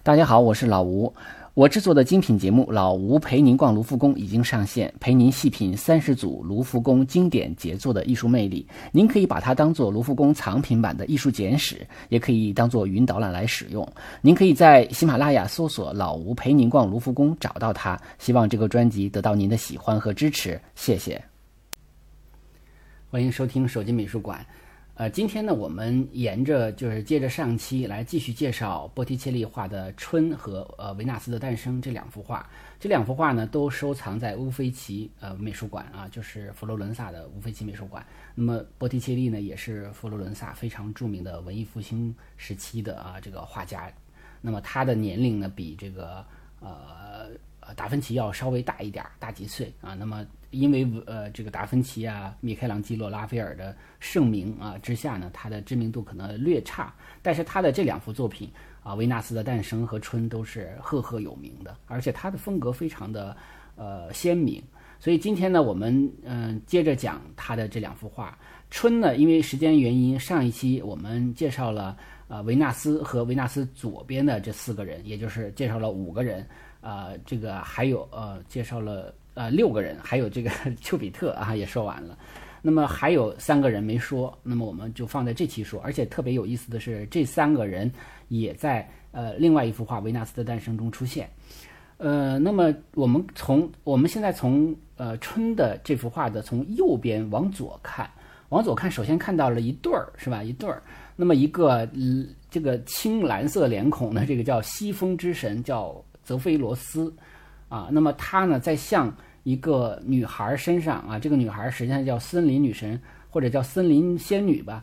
大家好，我是老吴。我制作的精品节目《老吴陪您逛卢浮宫》已经上线，陪您细品30组卢浮宫经典杰作的艺术魅力。您可以把它当做卢浮宫藏品版的艺术简史，也可以当做云导览来使用。您可以在喜马拉雅搜索"老吴陪您逛卢浮宫"找到它。希望这个专辑得到您的喜欢和支持，谢谢。欢迎收听手机美术馆。今天呢，我们接着上期来继续介绍波提切利画的《春》和维纳斯的诞生这两幅画。这两幅画呢，都收藏在乌菲齐美术馆啊，就是佛罗伦萨的乌菲齐美术馆。那么波提切利呢，也是佛罗伦萨非常著名的文艺复兴时期的这个画家。那么他的年龄呢，比这个达芬奇要稍微大一点，大几岁啊。那么因为这个达芬奇啊、米开朗基罗、拉斐尔的盛名之下呢，他的知名度可能略差，但是他的这两幅作品《维纳斯的诞生》和《春》都是赫赫有名的，而且他的风格非常的鲜明。所以今天呢，我们接着讲他的这两幅画。春呢，因为时间原因，上一期我们介绍了维纳斯和维纳斯左边的这4个人，也就是介绍了5个人，这个还有介绍了6个人，还有这个丘比特也说完了。那么还有3个人没说，那么我们就放在这期说。而且特别有意思的是，这3个人也在另外一幅画《维纳斯的诞生》中出现。那么我们现在从春的这幅画的从右边往左看，首先看到了一对儿，是吧？一对儿。那么一个这个青蓝色脸孔的这个叫西风之神，叫泽菲罗斯那么他呢在向一个女孩身上这个女孩实际上叫森林女神或者叫森林仙女吧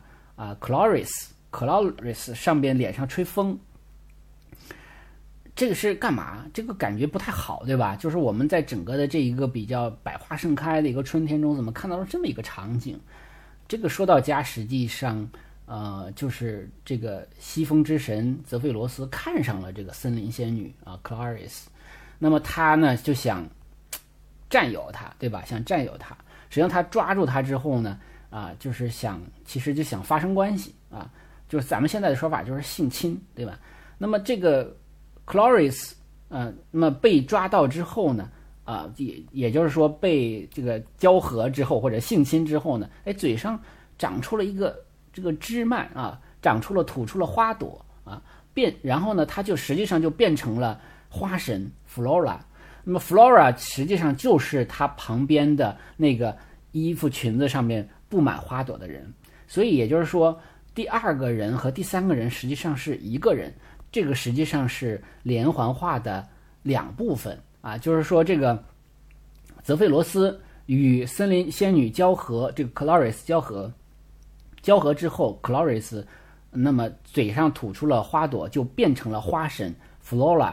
Cloris 上边脸上吹风。这个是干嘛？这个感觉不太好，对吧？就是我们在整个的这一个比较百花盛开的一个春天中，怎么看到了这么一个场景？这个说到家，实际上就是这个西风之神泽菲罗斯看上了这个森林仙女Cloris，那么他呢就想占有她，对吧？想占有她。实际上他抓住她之后呢就是其实就想发生关系就是咱们现在的说法就是性侵，对吧？那么这个 Cloris 那么被抓到之后呢也就是说被这个交合之后或者性侵之后呢，嘴上长出了一个这个枝蔓吐出了花朵然后呢它就实际上就变成了花神 Flora。 那么 Flora 实际上就是他旁边的那个衣服裙子上面布满花朵的人。所以也就是说第2个人和第3个人实际上是一个人，这个实际上是连环画的2部分就是说这个泽菲罗斯与森林仙女交合，这个 Cloris 交合之后 Cloris 那么嘴上吐出了花朵，就变成了花神 Flora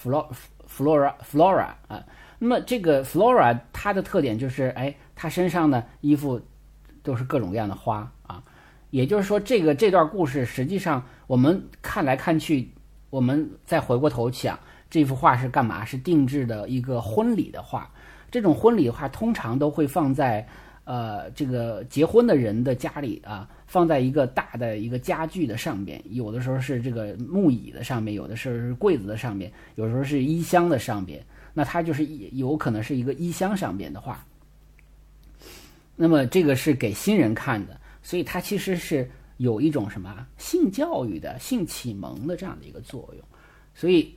Flora 那么这个 Flora 它的特点就是它身上的衣服都是各种各样的花也就是说这段故事实际上我们看来看去，我们再回过头想，这幅画是干嘛？是定制的一个婚礼的画。这种婚礼的画通常都会放在这个结婚的人的家里放在一个大的一个家具的上面，有的时候是这个木椅的上面，有的时候是柜子的上面，有时候是衣箱的上面。那它就是有可能是一个衣箱上面的画。那么这个是给新人看的，所以它其实是有一种什么性教育的、性启蒙的这样的一个作用。所以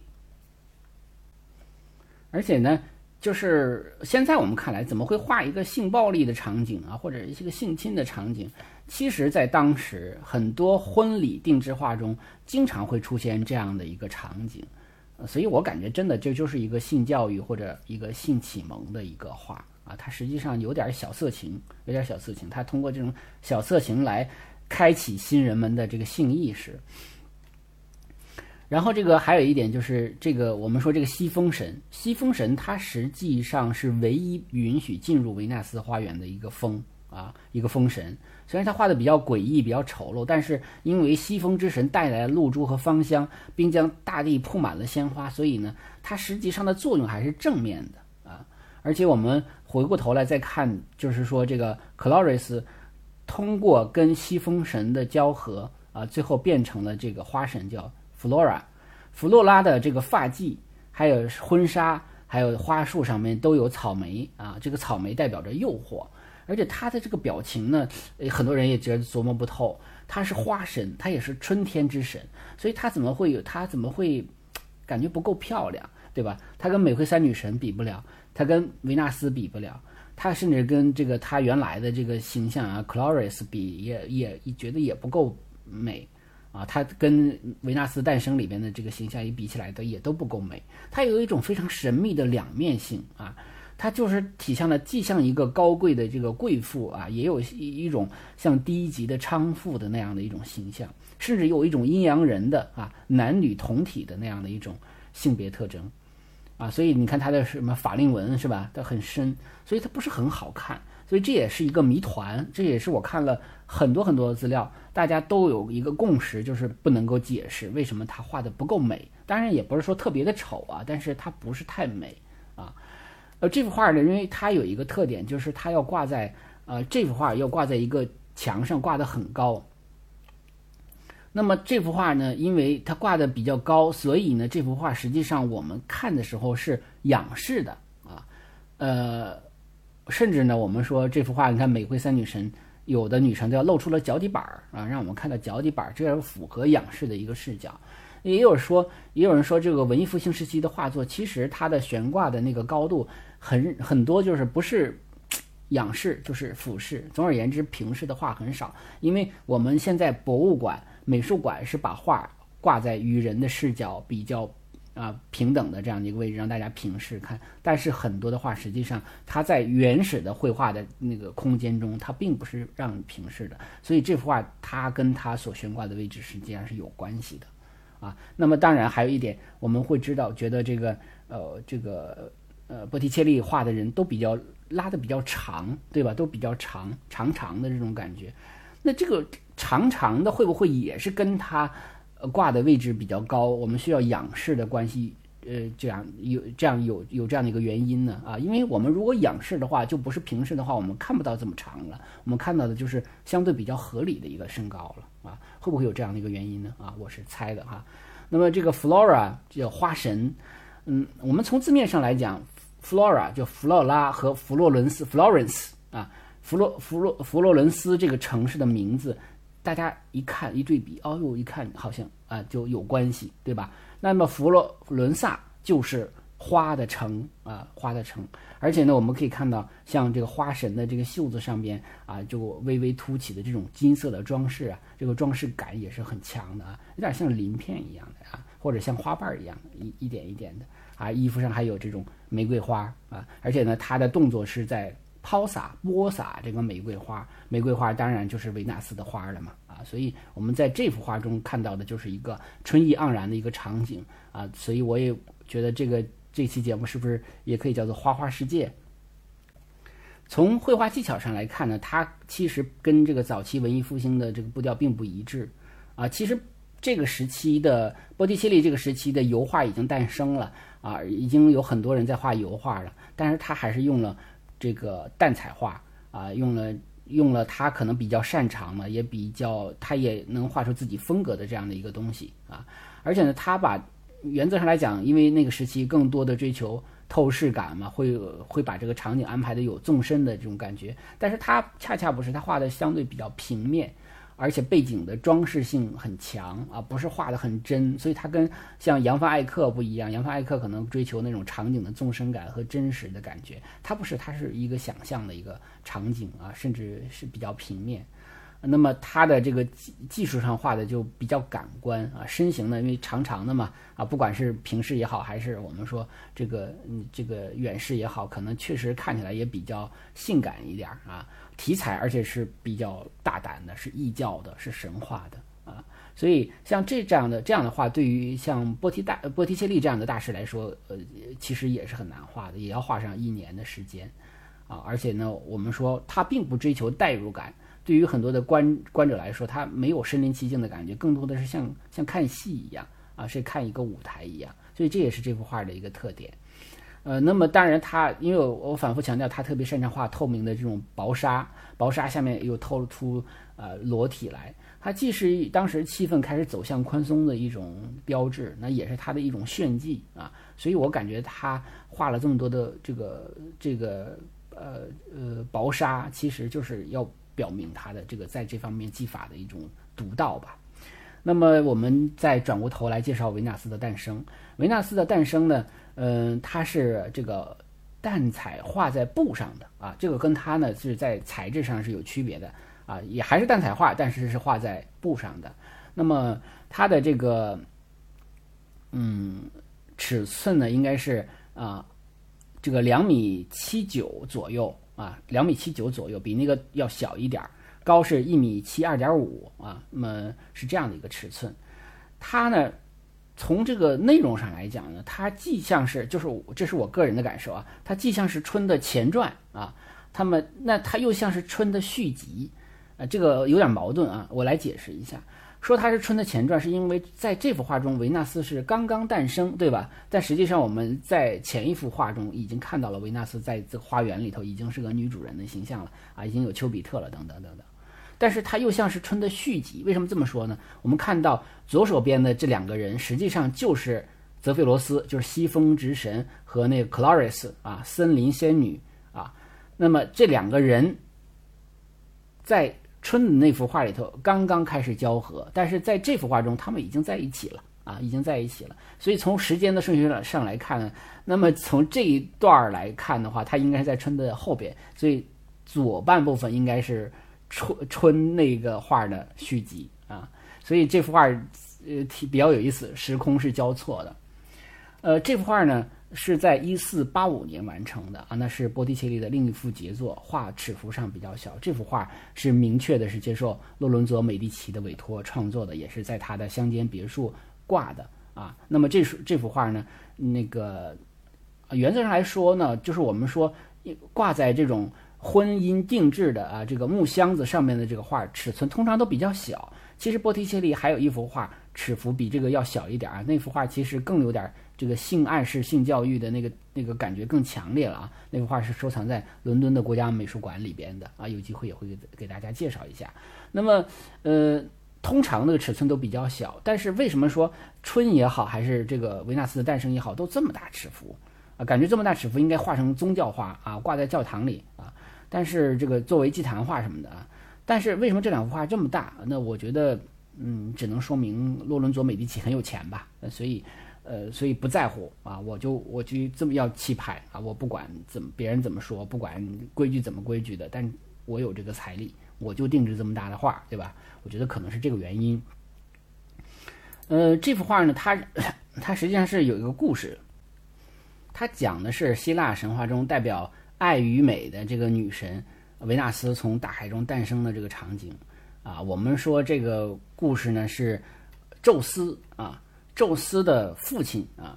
而且呢就是现在我们看来，怎么会画一个性暴力的场景或者一个性侵的场景？其实在当时很多婚礼定制画中经常会出现这样的一个场景。所以我感觉真的这就是一个性教育或者一个性启蒙的一个画它实际上有点小色情，它通过这种小色情来开启新人们的这个性意识。然后这个还有一点就是这个我们说这个西风神它实际上是唯一允许进入维纳斯花园的一个一个风神。虽然他画的比较诡异比较丑陋，但是因为西风之神带来了露珠和芳香，并将大地铺满了鲜花，所以呢它实际上的作用还是正面的而且我们回过头来再看，就是说这个 Cloris 通过跟西风神的交合最后变成了这个花神叫 Flora。 弗洛拉的这个发髻，还有婚纱，还有花束上面都有草莓啊，这个草莓代表着诱惑。而且他的这个表情呢，很多人也觉得琢磨不透，他是花神，他也是春天之神，所以他怎么会感觉不够漂亮，对吧？他跟美惠三女神比不了，他跟维纳斯比不了，他甚至跟这个他原来的这个形象啊 Chloris 比也觉得也不够美啊，他跟维纳斯诞生里边的这个形象一比起来的也都不够美，他有一种非常神秘的两面性啊。它就是体现了既像一个高贵的这个贵妇啊，也有一种像低级的娼妇的那样的一种形象，甚至有一种阴阳人的啊男女同体的那样的一种性别特征啊，所以你看它的什么法令纹是吧，它很深，所以它不是很好看，所以这也是一个谜团，这也是我看了很多很多的资料，大家都有一个共识，就是不能够解释为什么它画的不够美，当然也不是说特别的丑啊，但是它不是太美啊。这幅画呢，因为它有一个特点，就是它要挂在这幅画要挂在一个墙上，挂得很高。那么这幅画呢，因为它挂得比较高，所以呢，这幅画实际上我们看的时候是仰视的啊。甚至呢，我们说这幅画，你看美惠三女神，有的女神都要露出了脚底板啊，让我们看到脚底板，这样符合仰视的一个视角。也有人说，这个文艺复兴时期的画作，其实它的悬挂的那个高度很多就是不是仰视就是俯视，总而言之，平视的画很少。因为我们现在博物馆、美术馆是把画挂在与人的视角比较平等的这样的一个位置，让大家平视看。但是很多的画，实际上它在原始的绘画的那个空间中，它并不是让你平视的。所以这幅画它跟它所悬挂的位置实际上是有关系的。那么当然还有一点，我们会知道，觉得这个波提切利画的人都比较拉的比较长，对吧？都比较长的这种感觉。那这个长的会不会也是跟他挂的位置比较高，我们需要仰视的关系？这样有这样的一个原因呢？因为我们如果仰视的话，就不是平视的话，我们看不到这么长了，我们看到的就是相对比较合理的一个身高了会不会有这样的一个原因呢？我是猜的哈。那么这个 Flora 叫花神，我们从字面上来讲 ，Flora 就弗洛拉和佛罗伦斯 Florence 佛罗伦斯这个城市的名字，大家一看一对比，一看好像就有关系，对吧？那么佛罗伦萨就是花的城花的城，而且呢，我们可以看到像这个花神的这个袖子上边就微微凸起的这种金色的装饰这个装饰感也是很强的有点像鳞片一样的或者像花瓣一样的一点一点的衣服上还有这种玫瑰花而且呢，它的动作是在播撒这个玫瑰花，玫瑰花当然就是维纳斯的花了嘛所以我们在这幅画中看到的就是一个春意盎然的一个场景所以我也觉得这期节目是不是也可以叫做花花世界？从绘画技巧上来看呢，它其实跟这个早期文艺复兴的这个步调并不一致其实这个时期的波提切利这个时期的油画已经诞生了已经有很多人在画油画了，但是他还是用了这个淡彩画用了他可能比较擅长的，他也能画出自己风格的这样的一个东西而且呢，他把原则上来讲，因为那个时期更多的追求透视感嘛，会把这个场景安排的有纵深的这种感觉，但是他恰恰不是，他画的相对比较平面，而且背景的装饰性很强不是画的很真，所以他跟像扬凡艾克不一样，扬凡艾克可能追求那种场景的纵深感和真实的感觉，他不是，他是一个想象的一个场景甚至是比较平面。那么它的这个技术上画的就比较感官身形呢，因为长长的嘛不管是平视也好，还是我们说这个远视也好，可能确实看起来也比较性感一点题材而且是比较大胆的，是异教的，是神话的所以像这样的画，对于像波提切利这样的大师来说其实也是很难画的，也要画上1年的时间而且呢，我们说他并不追求代入感，对于很多的观者来说，他没有身临其境的感觉，更多的是像看戏一样是看一个舞台一样，所以这也是这幅画的一个特点那么当然因为我反复强调，他特别擅长画透明的这种薄纱下面又透露出裸体来。它既是当时气氛开始走向宽松的一种标志，那也是他的一种炫技啊。所以我感觉他画了这么多的这个薄纱，其实就是要表明他的这个在这方面技法的一种独到吧。那么我们再转过头来介绍维纳斯的诞生。维纳斯的诞生呢，它是这个淡彩画在布上的啊，这个跟它呢是在材质上是有区别的啊，也还是淡彩画，但是是画在布上的。那么它的这个尺寸呢，应该是这个2.79米左右啊，2.79米左右，比那个要小一点，高是1.7米2.5啊，那么是这样的一个尺寸。它呢，从这个内容上来讲呢，它既像是，这是我个人的感受啊，它既像是春的前传啊，那它又像是春的续集，这个有点矛盾啊，我来解释一下。说它是春的前传，是因为在这幅画中维纳斯是刚刚诞生，对吧？但实际上我们在前一幅画中已经看到了维纳斯在这个花园里头已经是个女主人的形象了啊，已经有丘比特了等等等等。但是它又像是春的续集，为什么这么说呢？我们看到左手边的这两个人实际上就是泽菲罗斯，就是西风之神和那个 Clarice 啊，森林仙女啊。那么这两个人在春的那幅画里头刚刚开始交合，但是在这幅画中他们已经在一起了啊，已经在一起了。所以从时间的顺序上来看呢，那么从这一段来看的话，它应该是在春的后边，所以左半部分应该是春那个画的续集啊。所以这幅画比较有意思，时空是交错的。这幅画呢是在1485年完成的啊，那是波提切利的另一幅杰作，画尺幅上比较小。这幅画是明确的是接受洛伦佐·美第奇的委托创作的，也是在他的乡间别墅挂的啊。那么这幅画呢，那个原则上来说呢，就是我们说挂在这种婚姻定制的啊这个木箱子上面的这个画，尺寸通常都比较小。其实波提切利还有一幅画尺幅比这个要小一点啊，那幅画其实更有点这个性暗示、性教育的那个感觉更强烈了啊。那幅画是收藏在伦敦的国家美术馆里边的啊，有机会也会给大家介绍一下。那么通常那个尺寸都比较小，但是为什么说春也好，还是这个维纳斯的诞生也好，都这么大尺幅啊？感觉这么大尺幅应该画成宗教画啊，挂在教堂里啊。但是这个作为祭坛画什么的啊，但是为什么这两幅画这么大？那我觉得只能说明洛伦佐·美第奇很有钱吧，所以不在乎啊，我就这么要气派啊，我不管别人怎么说，不管规矩怎么规矩的，但我有这个财力，我就定制这么大的画，对吧？我觉得可能是这个原因。这幅画呢，它实际上是有一个故事，它讲的是希腊神话中代表爱与美的这个女神维纳斯从大海中诞生的这个场景啊。我们说这个故事呢是宙斯啊，宙斯的父亲啊，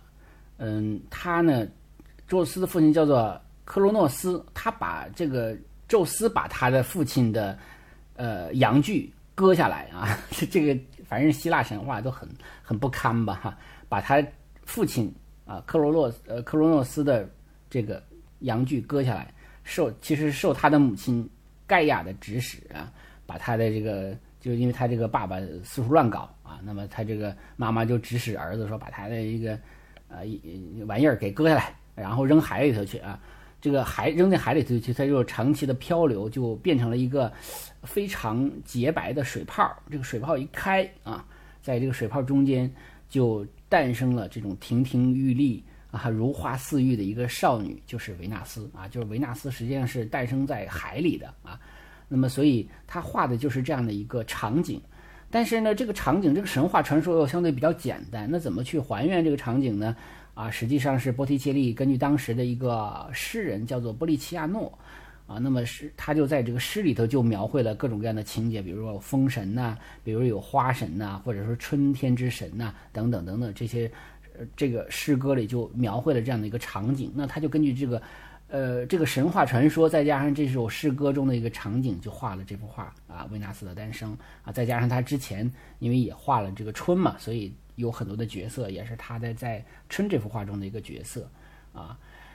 宙斯的父亲叫做克罗诺斯，他把这个宙斯把他的父亲的阳具割下来啊，这个反正希腊神话都很不堪吧哈，把他父亲啊克罗诺斯的这个阳具割下来，其实受他的母亲盖亚的指使啊，把他的这个就是因为他这个爸爸四处乱搞啊，那么他这个妈妈就指使儿子说把他的一个玩意儿给割下来，然后扔海里头去啊。这个扔进海里头去，它就长期的漂流，就变成了一个非常洁白的水泡。这个水泡一开啊，在这个水泡中间就诞生了这种亭亭玉立啊、如花似玉的一个少女，就是维纳斯啊。就是维纳斯实际上是诞生在海里的啊。那么，所以他画的就是这样的一个场景。但是呢，这个场景，这个神话传说又相对比较简单。那怎么去还原这个场景呢？啊，实际上是波提切利根据当时的一个诗人叫做波利齐亚诺啊，那么他就在这个诗里头就描绘了各种各样的情节，比如说有风神呐，比如有花神呐，或者说春天之神呐，等等等等，这些这个诗歌里就描绘了这样的一个场景。那他就根据这个神话传说，再加上这首诗歌中的一个场景，就画了这幅画啊，维纳斯的诞生啊，再加上他之前因为也画了这个春嘛，所以有很多的角色也是他在春这幅画中的一个角色啊。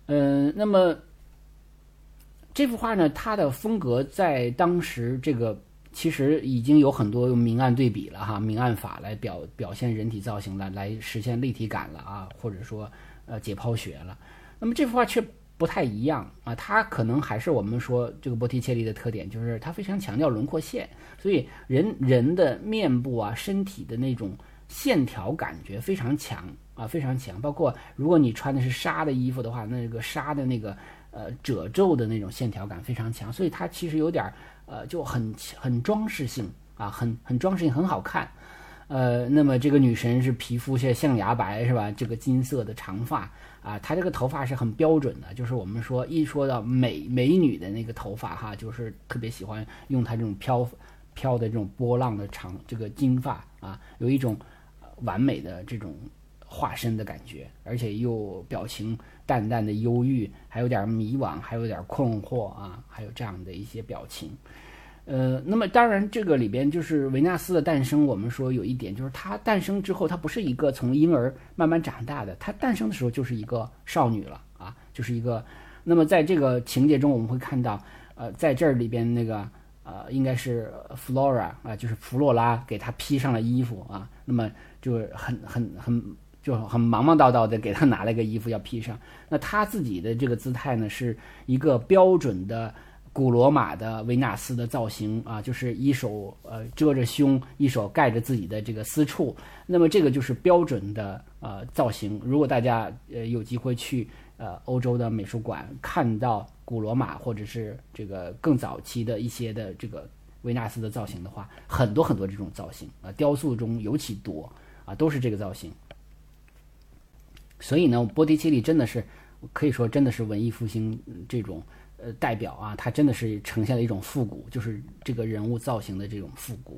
那么这幅画呢，它的风格在当时这个其实已经有很多用明暗对比了哈，明暗法来表现人体造型了，来实现立体感了啊，或者说解剖学了。那么这幅画却不太一样啊，它可能还是我们说这个波提切利的特点，就是它非常强调轮廓线，所以人的面部啊、身体的那种线条感觉非常强啊，非常强。包括如果你穿的是纱的衣服的话，那个纱的那个褶皱的那种线条感非常强，所以它其实有点就很装饰性啊，很装饰性，很好看。那么这个女神是皮肤是象牙白是吧？这个金色的长发啊，她这个头发是很标准的，就是我们说一说到美女的那个头发哈，就是特别喜欢用她这种飘的这种波浪的这个金发啊，有一种完美的这种化身的感觉，而且又表情淡淡的忧郁，还有点迷惘，还有点困惑啊，还有这样的一些表情。那么当然这个里边就是维纳斯的诞生，我们说有一点就是她诞生之后，她不是一个从婴儿慢慢长大的，她诞生的时候就是一个少女了啊，就是一个。那么在这个情节中，我们会看到，在这儿里边那个应该是 Flora 啊，就是弗洛拉给她披上了衣服啊，那么就很忙忙叨叨的给她拿了个衣服要披上。那她自己的这个姿态呢，是一个标准的古罗马的维纳斯的造型啊，就是一手遮着胸，一手盖着自己的这个私处。那么这个就是标准的造型。如果大家有机会去欧洲的美术馆看到古罗马或者是这个更早期的一些的这个维纳斯的造型的话，很多很多这种造型啊，雕塑中尤其多啊，都是这个造型。所以呢，波提切利真的是可以说真的是文艺复兴这种代表啊，它真的是呈现了一种复古，就是这个人物造型的这种复古。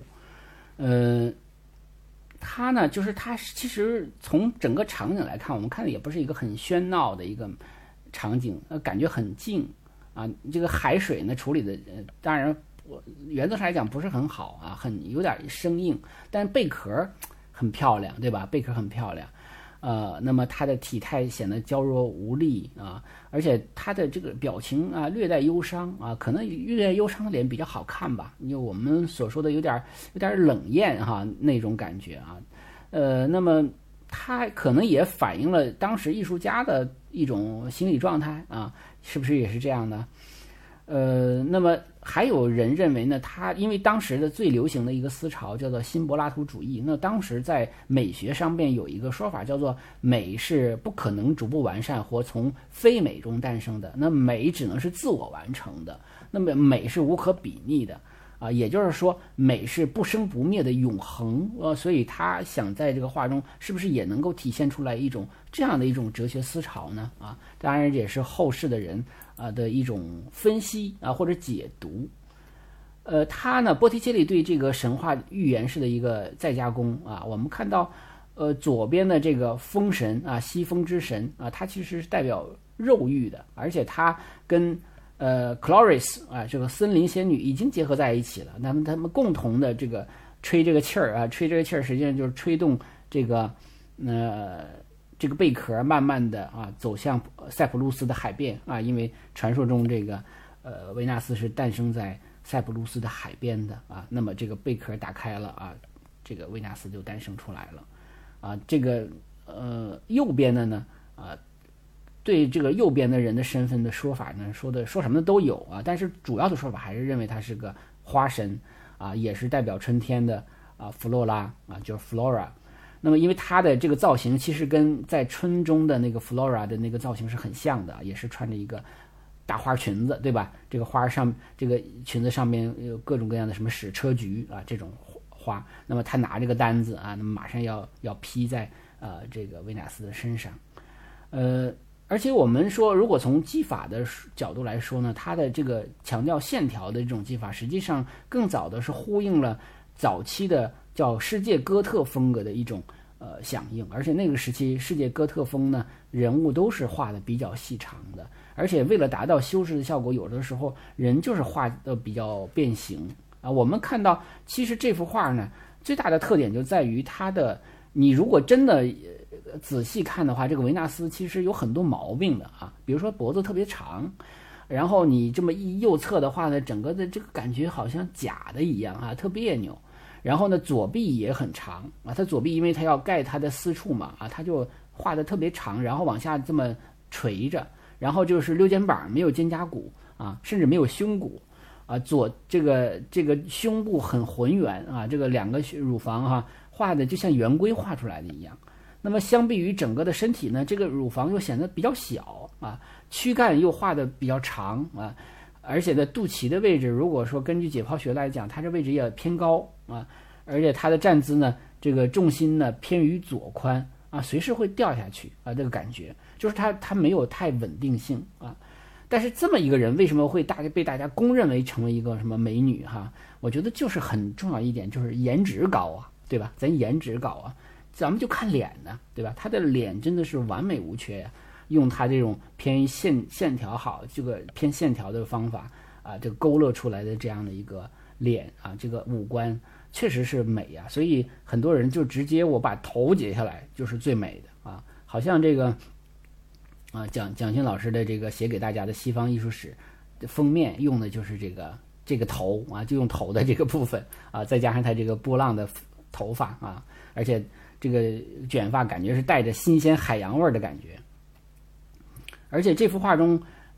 它呢，就是它其实从整个场景来看，我们看的也不是一个很喧闹的一个场景，感觉很静啊。这个海水呢处理的，当然我原则上来讲不是很好啊，有点生硬，但贝壳很漂亮，对吧？贝壳很漂亮。那么他的体态显得娇弱无力啊，而且他的这个表情啊略带忧伤啊，可能略带忧伤的脸比较好看吧，因为我们所说的有点冷艳哈那种感觉啊，那么他可能也反映了当时艺术家的一种心理状态啊，是不是也是这样的？那么还有人认为呢，他因为当时的最流行的一个思潮叫做新柏拉图主义，那当时在美学上面有一个说法叫做美是不可能逐步完善或从非美中诞生的，那美只能是自我完成的，那么美是无可比拟的啊，也就是说美是不生不灭的永恒所以他想在这个画中是不是也能够体现出来一种这样的一种哲学思潮呢？啊，当然也是后世的人的一种分析啊或者解读。他呢，波提切利对这个神话寓言式的一个再加工啊，我们看到左边的这个风神啊，西风之神啊，它其实是代表肉欲的，而且它跟Chloris 啊这个森林仙女已经结合在一起了。他们共同的这个吹这个气儿啊，吹这个气儿实际上就是吹动这个这个贝壳慢慢的走向塞浦路斯的海边啊，因为传说中这个维纳斯是诞生在塞浦路斯的海边的啊，那么这个贝壳打开了啊，这个维纳斯就诞生出来了啊。这个右边的呢对这个右边的人的身份的说法呢，说什么的都有啊，但是主要的说法还是认为他是个花神啊，也是代表春天的弗洛拉啊，就是 Flora。那么因为他的这个造型其实跟在春中的那个 Flora 的那个造型是很像的，也是穿着一个大花裙子，对吧？这个花上，这个裙子上面有各种各样的什么矢车菊啊这种花。那么他拿这个单子啊，那么马上要披在这个维纳斯的身上。而且我们说，如果从技法的角度来说呢，他的这个强调线条的这种技法，实际上更早的是呼应了早期的叫世界哥特风格的一种响应。而且那个时期世界哥特风呢，人物都是画的比较细长的，而且为了达到修饰的效果，有的时候人就是画的比较变形啊。我们看到其实这幅画呢，最大的特点就在于它的，你如果真的仔细看的话，这个维纳斯其实有很多毛病的啊，比如说脖子特别长，然后你这么一右侧的话呢，整个的这个感觉好像假的一样啊，特别扭。然后呢，左臂也很长啊，他左臂因为他要盖他的私处嘛啊，他就画的特别长，然后往下这么垂着，然后就是溜肩膀，没有肩胛骨啊，甚至没有胸骨啊，这个胸部很浑圆啊，这个两个乳房哈、画的就像圆规画出来的一样。那么相比于整个的身体呢，这个乳房又显得比较小啊，躯干又画的比较长啊，而且呢，肚脐的位置，如果说根据解剖学来讲，它这位置也偏高啊，而且它的站姿呢，这个重心呢偏于左髋啊，随时会掉下去啊，这个感觉就是它没有太稳定性啊。但是这么一个人为什么会被大家公认为成为一个什么美女哈？我觉得就是很重要一点，就是颜值高啊，对吧？咱颜值高啊，咱们就看脸呢，对吧？她的脸真的是完美无缺呀。用他这种偏线条好，这个偏线条的方法啊，这个勾勒出来的这样的一个脸啊，这个五官确实是美啊，所以很多人就直接我把头截下来就是最美的啊，好像这个啊蒋勋老师的这个写给大家的西方艺术史封面用的就是这个头啊，就用头的这个部分啊，再加上他这个波浪的头发啊，而且这个卷发感觉是带着新鲜海洋味的感觉。而且这幅画中，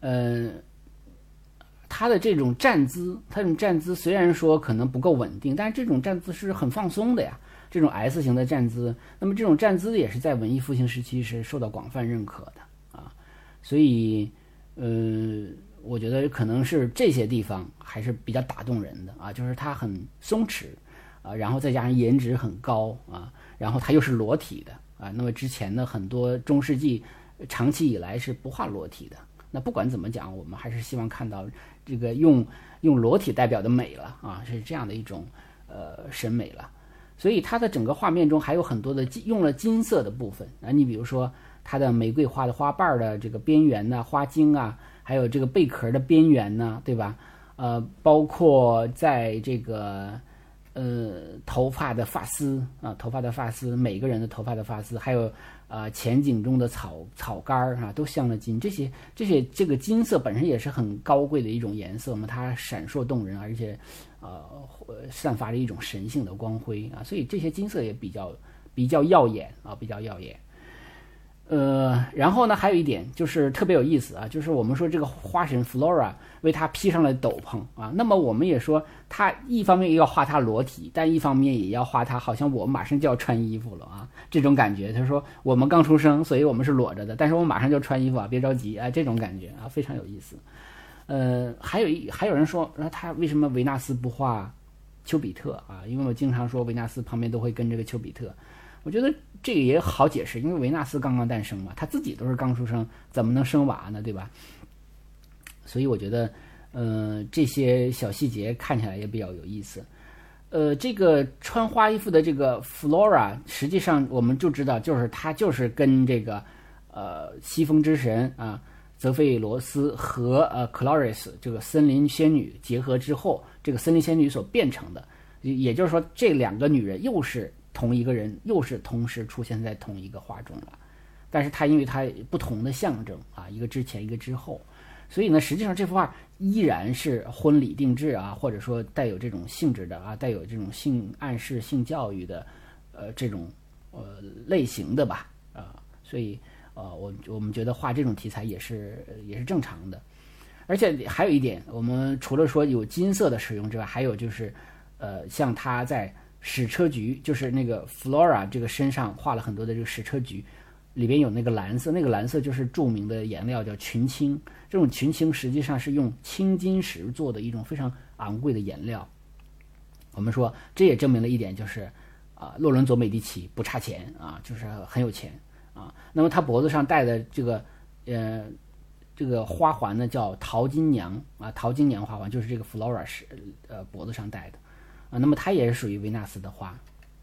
他的这种站姿，虽然说可能不够稳定，但是这种站姿是很放松的呀。这种 S 型的站姿，那么这种站姿也是在文艺复兴时期是受到广泛认可的啊。所以，我觉得可能是这些地方还是比较打动人的啊，就是它很松弛啊，然后再加上颜值很高啊，然后它又是裸体的啊。那么之前的很多中世纪长期以来是不画裸体的，那不管怎么讲，我们还是希望看到这个用裸体代表的美了啊，是这样的一种审美了。所以它的整个画面中还有很多的用了金色的部分啊，你比如说它的玫瑰花的花瓣的这个边缘呐、花茎啊，还有这个贝壳的边缘呐，对吧？包括在这个头发的发丝啊，每个人的头发的发丝，还有前景中的草杆啊，都镶了金。这个金色本身也是很高贵的一种颜色嘛，它闪烁动人，而且散发着一种神性的光辉啊，所以这些金色也比较耀眼啊，比较耀眼。然后呢，还有一点就是特别有意思啊，就是我们说这个花神 Flora 为他披上了斗篷啊，那么我们也说他一方面要画他裸体，但一方面也要画他好像我马上就要穿衣服了啊，这种感觉。他说我们刚出生，所以我们是裸着的，但是我们马上就穿衣服啊，别着急啊，这种感觉啊非常有意思。还有人说他为什么维纳斯不画丘比特啊？因为我经常说维纳斯旁边都会跟这个丘比特。我觉得这个也好解释，因为维纳斯刚刚诞生嘛，他自己都是刚出生，怎么能生娃呢，对吧？所以我觉得，这些小细节看起来也比较有意思。这个穿花衣服的这个 Flora， 实际上我们就知道，他就是跟这个西风之神啊泽菲罗斯和Clarice 这个森林仙女结合之后，这个森林仙女所变成的，也就是说，这两个女人又是同一个人，又是同时出现在同一个画中了，但是它因为它不同的象征啊，一个之前一个之后，所以呢，实际上这幅画依然是婚礼定制啊，或者说带有这种性质的啊，带有这种性暗示、性教育的这种类型的吧所以我们觉得画这种题材也是正常的。而且还有一点，我们除了说有金色的使用之外，还有就是像它在矢车菊，就是那个 Flora 这个身上画了很多的这个矢车菊，里边有那个蓝色，那个蓝色就是著名的颜料叫群青，这种群青实际上是用青金石做的一种非常昂贵的颜料。我们说这也证明了一点，就是洛伦佐美第奇不差钱啊，就是很有钱啊。那么他脖子上戴的这个花环呢，叫淘金娘啊，淘金娘花环就是这个 Flora 是脖子上戴的。那么它也是属于维纳斯的花。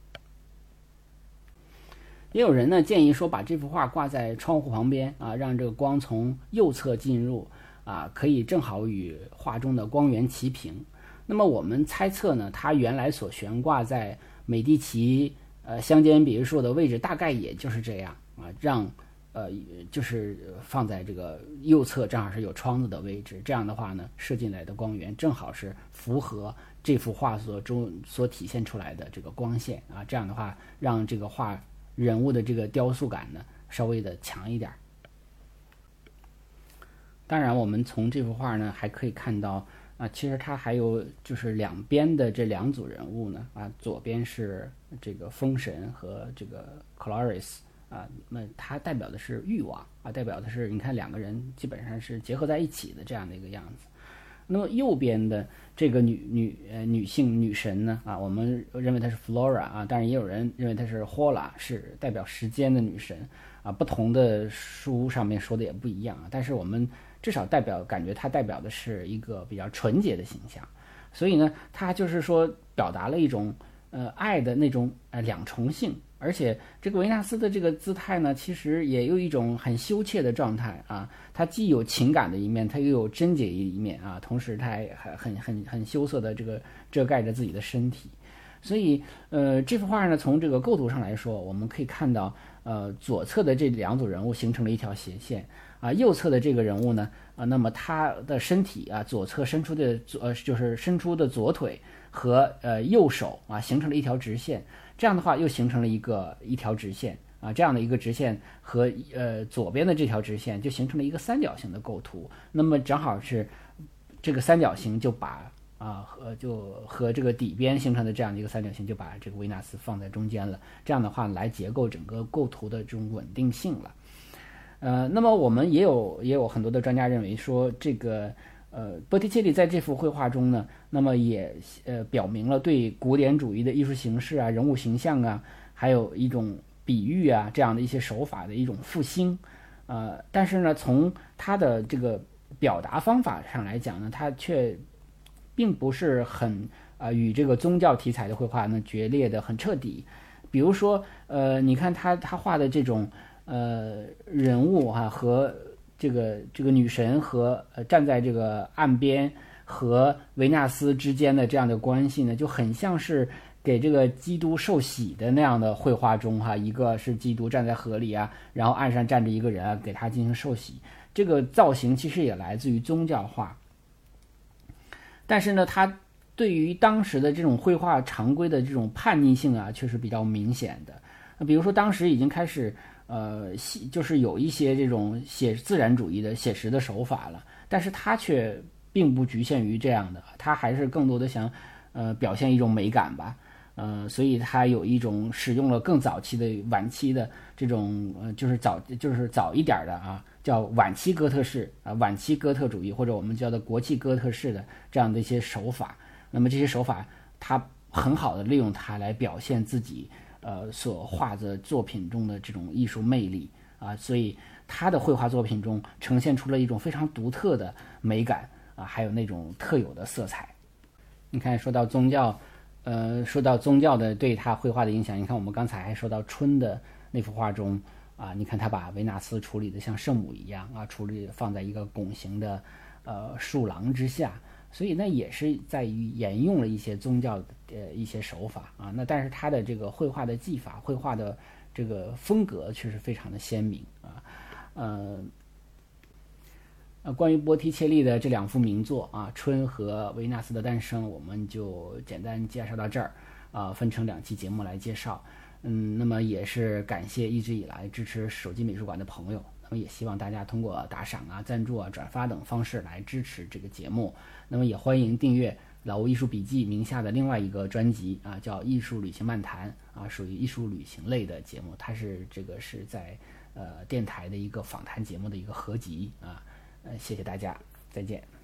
也有人呢建议说，把这幅画挂在窗户旁边啊，让这个光从右侧进入啊，可以正好与画中的光源齐平。那么我们猜测呢，它原来所悬挂在美第奇乡间别墅的位置大概也就是这样啊，让就是放在这个右侧正好是有窗子的位置，这样的话呢，射进来的光源正好是符合这幅画所体现出来的这个光线啊，这样的话让这个画人物的这个雕塑感呢稍微的强一点。当然我们从这幅画呢还可以看到啊，其实它还有就是两边的这两组人物呢啊，左边是这个风神和这个 Cloris 啊，那它代表的是欲望啊，代表的是你看两个人基本上是结合在一起的这样的一个样子。那么右边的这个女性女神呢啊，我们认为她是 Flora 啊，但是也有人认为她是 Hola， 是代表时间的女神啊，不同的书上面说的也不一样啊，但是我们至少感觉它代表的是一个比较纯洁的形象，所以呢，它就是说表达了一种爱的那种两重性，而且这个维纳斯的这个姿态呢，其实也有一种很羞怯的状态啊，它既有情感的一面，它又有贞洁的一面啊，同时它还很羞涩的这个遮盖着自己的身体，所以这幅画呢，从这个构图上来说，我们可以看到左侧的这两组人物形成了一条斜线啊，右侧的这个人物呢那么他的身体啊，左侧伸出的就是伸出的左腿和右手啊形成了一条直线，这样的话又形成了一条直线啊，这样的一个直线和左边的这条直线就形成了一个三角形的构图，那么正好是这个三角形就把和这个底边形成的这样的一个三角形就把这个维纳斯放在中间了，这样的话来结构整个构图的这种稳定性了。那么我们也有很多的专家认为说，这个波提切利在这幅绘画中呢，那么也表明了对古典主义的艺术形式啊、人物形象啊，还有一种比喻啊这样的一些手法的一种复兴。但是呢，从他的这个表达方法上来讲呢，他却并不是很与这个宗教题材的绘画呢决裂的很彻底。比如说你看他画的这种人物和这个女神和站在这个岸边和维纳斯之间的这样的关系呢，就很像是给这个基督受洗的那样的绘画中一个是基督站在河里啊，然后岸上站着一个人啊，给他进行受洗，这个造型其实也来自于宗教画。但是呢，它对于当时的这种绘画常规的这种叛逆性啊，却是比较明显的。比如说当时已经开始就是有一些这种自然主义的写实的手法了，但是它却并不局限于这样的，它还是更多的想表现一种美感吧。所以它有一种使用了更早期的晚期的这种就是早一点的叫晚期哥特式晚期哥特主义，或者我们叫的国际哥特式的这样的一些手法。那么这些手法它很好的利用它来表现自己所画的作品中的这种艺术魅力所以他的绘画作品中呈现出了一种非常独特的美感还有那种特有的色彩。你看说到宗教的对他绘画的影响，你看我们刚才还说到春的那幅画中你看他把维纳斯处理的像圣母一样放在一个拱形的树廊之下，所以那也是在于沿用了一些宗教的一些手法那但是他的这个绘画的技法、绘画的这个风格却是非常的鲜明关于波提切利的这两幅名作春和维纳斯的诞生，我们就简单介绍到这儿分成2期节目来介绍。那么也是感谢一直以来支持手机美术馆的朋友，那么也希望大家通过打赏赞助转发等方式来支持这个节目。那么也欢迎订阅老吴艺术笔记名下的另外一个专辑叫艺术旅行漫谈属于艺术旅行类的节目，它是在电台的一个访谈节目的一个合集谢谢大家，再见。